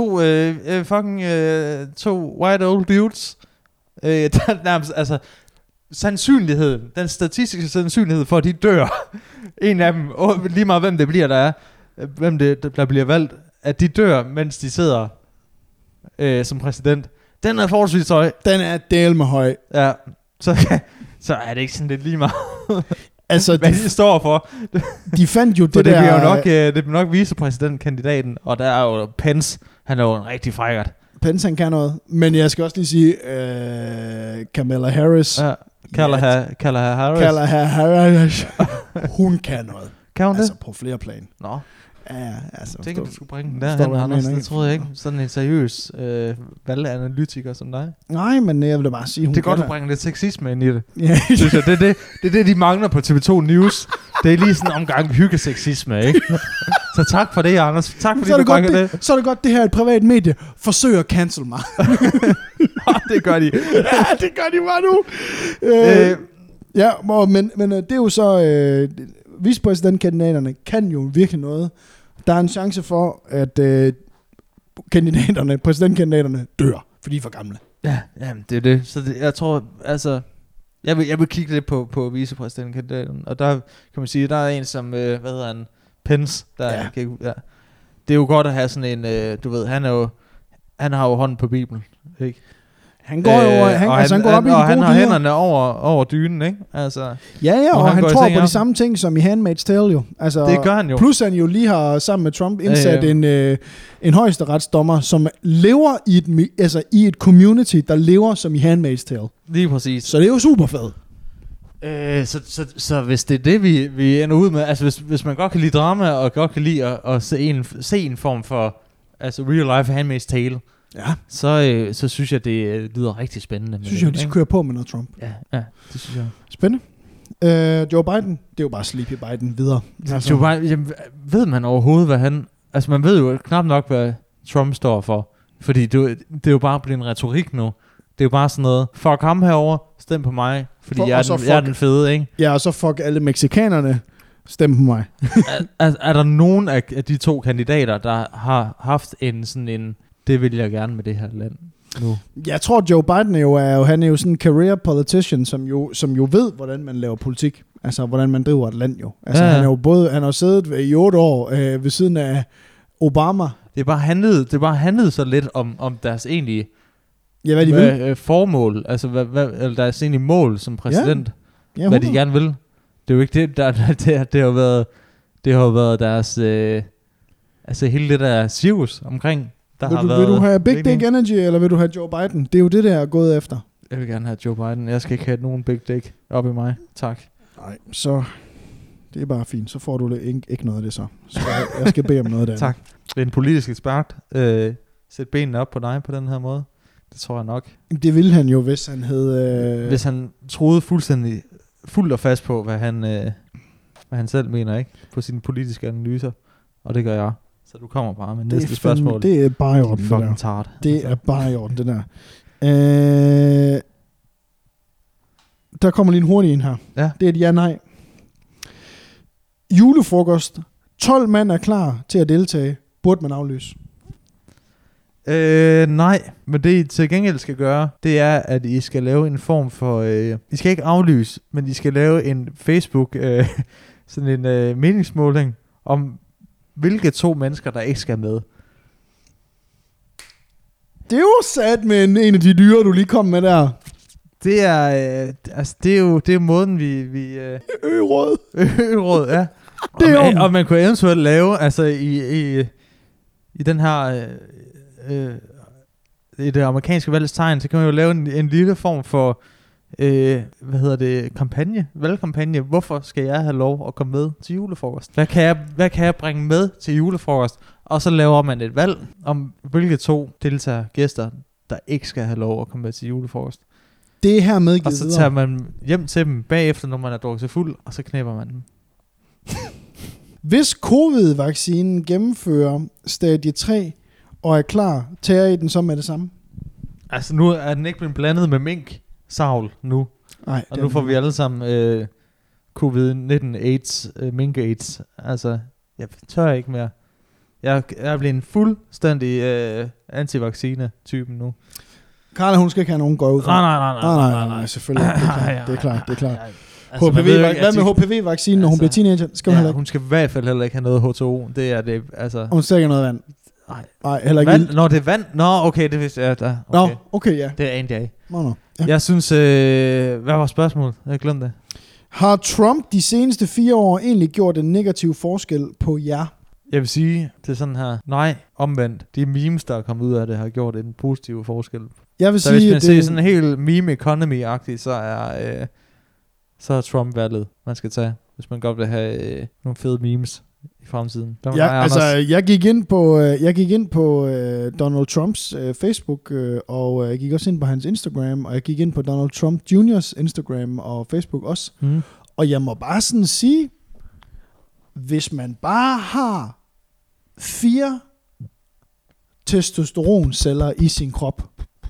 2 white old dudes. Der nærmest, altså, sandsynligheden, den statistiske sandsynlighed for, at de dør, en af dem, lige meget hvem det bliver, hvem der bliver valgt, at de dør, mens de sidder som præsident, den er forholdsvis høj. Den er del med høj. Ja, så er det ikke sådan lidt lige meget. Altså, hvad de står for. De fandt jo det der... Det bliver nok vicepræsidentkandidaten, og der er jo Pence, han er jo en rigtig frækkert. Pence, han kan noget. Men jeg skal også lige sige, Kamala Harris. Ja, Kamala Harris. Hun kan noget. Kan hun altså, på flere plan. Nå. Ja, altså. Jeg tænker, du skulle bringe den derhen, Anders. Det troede jeg ikke. Sådan en seriøs valganalytiker som dig. Nej, men jeg vil da bare sige, hun det er godt, du bringer lidt sexisme ind i det. Ja. Synes jeg. Det er det, de mangler på TV2 News. Det er lige sådan en omgang hyggesexisme, ikke? Så tak for det, Anders. Tak fordi du bringer det. Så er det godt, det her er et privat medie. Forsøg at cancel mig. Det gør de. Ja, det gør de bare nu. Ja, men det er jo så... vicepræsidentkandidaterne kan jo virkelig noget. Der er en chance for, at præsidentkandidaterne dør, fordi de er for gamle. Ja, det er det. Så jeg tror, altså... Jeg vil kigge lidt på vicepræsidentkandidaten, og der kan man sige, der er en som, hvad hedder han, Pence, der gik ud. Ja. Det er jo godt at have sådan en, du ved, han har jo hånden på Bibelen, ikke? Han går jo, han går op i de gode han har hænderne over dynen, ikke? Altså, ja, og han tror på de samme ting som i Handmaid's Tale jo. Altså, det gør han jo. Plus han jo lige har sammen med Trump indsat en højesteretsdommer, som lever i et community, der lever som i Handmaid's Tale. Lige præcis. Så det er jo super fedt. Så hvis det er det, vi ender ud med, altså hvis man godt kan lide drama, og godt kan lide at se en form for altså real life Handmaid's Tale, ja. Så synes jeg, det lyder rigtig spændende. Synes jeg, de skal køre på med noget Trump. Ja, det synes jeg. Spændende. Joe Biden, det er jo bare Sleepy Biden videre. Altså. Joe Biden, jamen, ved man overhovedet, hvad han... Altså man ved jo knap nok, hvad Trump står for. Fordi det er jo bare blevet en retorik nu. Det er jo bare sådan noget, fuck ham herover, stem på mig, fordi jeg er den fede, ikke? Ja, og så fuck alle mexikanerne, stem på mig. er der nogen af de 2 kandidater, der har haft en det vil jeg gerne med det her land nu? Jeg tror, Joe Biden han er jo sådan en career politician, som jo ved, hvordan man laver politik. Altså, hvordan man driver et land jo. Altså, han er jo han har siddet i 8 år ved siden af Obama. Det er bare handlet så lidt om deres egentlige hvad de vil. Formål, altså eller deres egentlige mål som præsident. Ja, hvad de gerne vil. Det er jo ikke det, det har jo været deres altså hele det der cirkus omkring. Vil du have Big Dick Energy, eller vil du have Joe Biden? Det er jo det, der er gået efter. Jeg vil gerne have Joe Biden. Jeg skal ikke have nogen Big Dick op i mig. Tak. Nej, så det er bare fint. Så får du ikke noget af det så. Så jeg skal bede om noget der. Tak. Det er en politisk ekspert. Sæt benene op på dig på den her måde. Det tror jeg nok. Det ville han jo, hvis han havde... Hvis han troede fuldstændig fuldt og fast på, hvad han selv mener, ikke? På sine politiske analyser. Og det gør jeg. Så du kommer bare med næste spørgsmål. Det er bare i orden, det der. Tart. Det er bare i orden, det der. Der kommer lige en hurtig en her. Ja. Det er et ja-nej. Julefrokost. 12 mand er klar til at deltage. Burde man aflyse? Nej, men det I til gengæld skal gøre, det er, at I skal lave en form for... I skal ikke aflyse, men I skal lave en Facebook, sådan en meningsmåling om, hvilke 2 mennesker, der ikke skal med. Det er jo sat med en af de dyre, du lige kom med der. Det er, det er måden, vi Ø-råd. Ø-råd, ja. Og man kunne eventuelt lave, altså i den her, i det amerikanske valgstegn, så kan man jo lave en lille form for, valgkampagne. Hvorfor skal jeg have lov at komme med til julefrokost? Hvad kan jeg bringe med til julefrokost? Og så laver man et valg om, hvilke 2 gæster, der ikke skal have lov at komme med til julefrokost. Det er her medgivet. Og så tager man hjem til dem bagefter, når man er drukket sig fuld, og så knæpper man dem. Hvis covid-vaccinen gennemfører stadie 3 og er klar, tager I den så med det samme? Altså nu er den ikke blevet blandet med mink-savl nu. Nej. Og nu får vi alle sammen covid-19 AIDS, mink-AIDS. Altså, jeg tør ikke mere. Jeg er blevet en fuldstændig antivaccine-typen nu. Carla, hun skal ikke have nogen gå ud fra. Nej, selvfølgelig. Det er klart. Altså, hvad med HPV-vaccinen, når hun bliver teenager? Skal hun heller ikke? Hun skal i hvert fald heller ikke have noget H2O. Det er det, altså. Hun skal ikke have noget vand. Nej, heller ikke. Vand? Nå, det er vand? Nå, okay, det vidste jeg. Okay. Nå, okay, ja. Det er en dag. Nå. Ja. Jeg synes, hvad var spørgsmålet? Jeg glemte det. Har Trump de seneste 4 år egentlig gjort en negativ forskel på jer? Jeg vil sige, det er sådan her. Nej, omvendt. De memes, der er kommet ud af det, har gjort en positiv forskel. Jeg vil så sige, hvis man ser sådan en helt meme economy-agtig, så er Trump valget, man skal tage, hvis man godt vil have nogle fede memes i fremtiden. Ja, altså jeg gik ind på Donald Trumps Facebook, og jeg gik også ind på hans Instagram, og jeg gik ind på Donald Trump Jr.'s Instagram og Facebook også. Og jeg må bare sådan sige, hvis man bare har 4 testosteronceller i sin krop,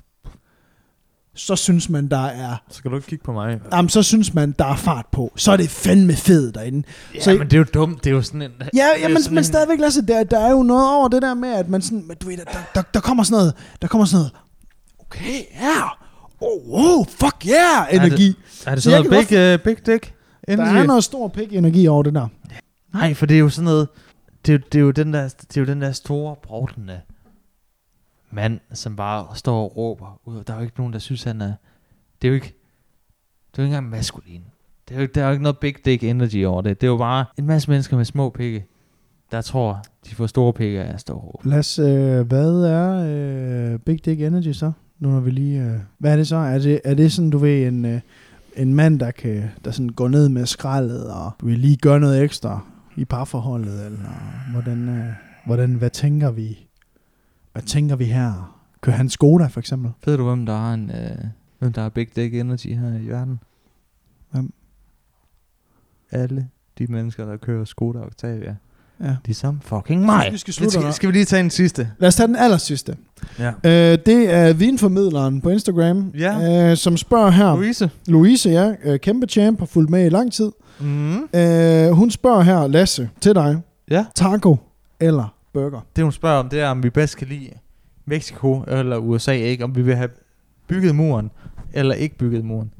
så synes man, der er... Så skal du ikke kigge på mig. Jamen, så synes man, der er fart på. Så er det fandme fedt derinde. Ja, så, men det er jo dumt. Det er jo sådan en... Ja, men stadigvæk, Lasse, der er jo noget over det der med, at man sådan... Du ved, der kommer sådan noget... Okay, ja. Fuck yeah, energi. Er det sådan noget big dick energy? Der er noget stor pik energi over det der. Nej, for det er jo sådan noget... Det er jo den der store, brovlende mand, som bare står og råber ud. Der er jo ikke nogen, der synes, han er... Det er jo ikke engang maskulin. Der er jo ikke noget big dick energy over det. Det er jo bare en masse mennesker med små pikke, der tror, de får store pikke af at stå og råbe. Hvad er big dick energy så? Nu når vi lige... hvad er det så? Er det sådan, du ved, en mand, der sådan går ned med skraldet og vil lige gøre noget ekstra i parforholdet? Eller hvad tænker vi? Hvad tænker vi her? Kører han Skoda for eksempel? Ved du, hvem der er big dick energy her i verden? Hvem? Alle de mennesker, der kører Skoda Octavia. Ja. De som fucking mig. Skal vi lige tage den sidste? Lad os tage den aller sidste. Ja. Det er vinformidleren på Instagram, ja. Som spørger her. Louise, ja. Kæmpe champ, har fulgt med i lang tid. Hun spørger her, Lasse, til dig. Ja. Taco eller burger? Det hun spørger om, det er, om vi bedst kan lide Mexico eller USA, ikke? Om vi vil have bygget muren eller ikke bygget muren.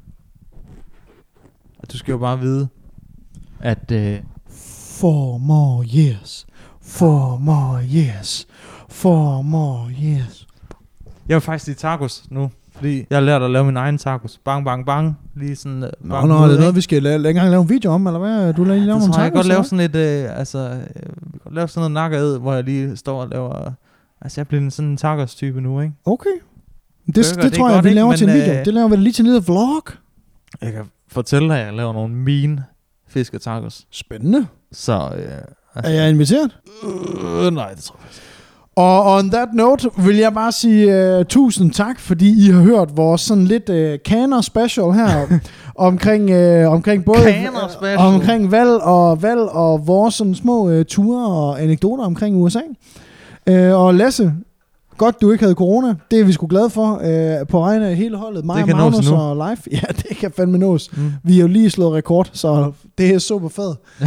Og du skal jo bare vide, at... 4 more years. 4 more years. 4 more years. Jeg vil faktisk lide tacos nu, fordi jeg har lært at lave min egen tacos. Bang, bang, bang. Lige sådan... Nå, det er noget, vi skal engang lave en video om, eller hvad? Du laver nogle tacos? Jeg kan godt lave sådan lave sådan noget nakkered, hvor jeg lige står og laver... Altså, jeg bliver sådan en tacos-type nu, ikke? Okay. Det tror jeg, vi laver til en video. Det laver vi lige til en lille vlog. Jeg kan fortælle dig, at jeg laver nogle mean fisketacos. Spændende. Så... er jeg inviteret? Nej, det tror jeg faktisk. Og on that note vil jeg bare sige tusind tak, fordi I har hørt vores sådan lidt Kaner special her omkring både omkring valg og vores sådan små ture og anekdoter omkring USA. Og Lasse, godt du ikke havde corona. Det er vi sgu glade for på vegne af hele holdet. Mig og Magnus og Live. Ja, det kan fandme nås. Vi har jo lige slået rekord, så det er super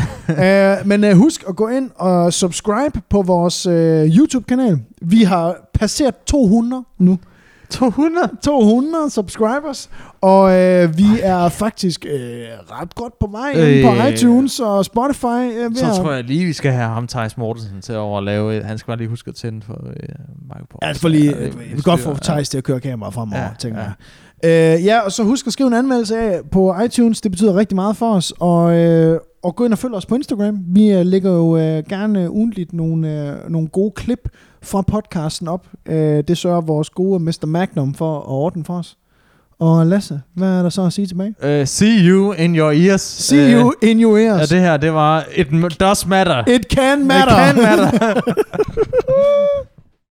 fedt. Men husk at gå ind og subscribe på vores YouTube-kanal. Vi har passeret 200 nu. 200 subscribers, og vi er faktisk ret godt på vej på iTunes og Spotify. Så tror jeg lige, vi skal have ham, Theis Mortensen, til at lave. Han skal bare lige huske at tænde for Michael Paul. Ja, for lige, vi kan godt få Theis til at køre kamera fremover, tænker jeg. Ja, og så husk at skrive en anmeldelse af på iTunes. Det betyder rigtig meget for os, og gå ind og følg os på Instagram. Vi lægger jo gerne ugentligt nogle gode klip fra podcasten op. Det sørger vores gode Mr. Magnum for at ordne for os. Og Lasse, hvad er der så at sige tilbage? See you in your ears. See you in your ears. Ja, det her, det var It Does Matter. It Can Matter. It Can Matter.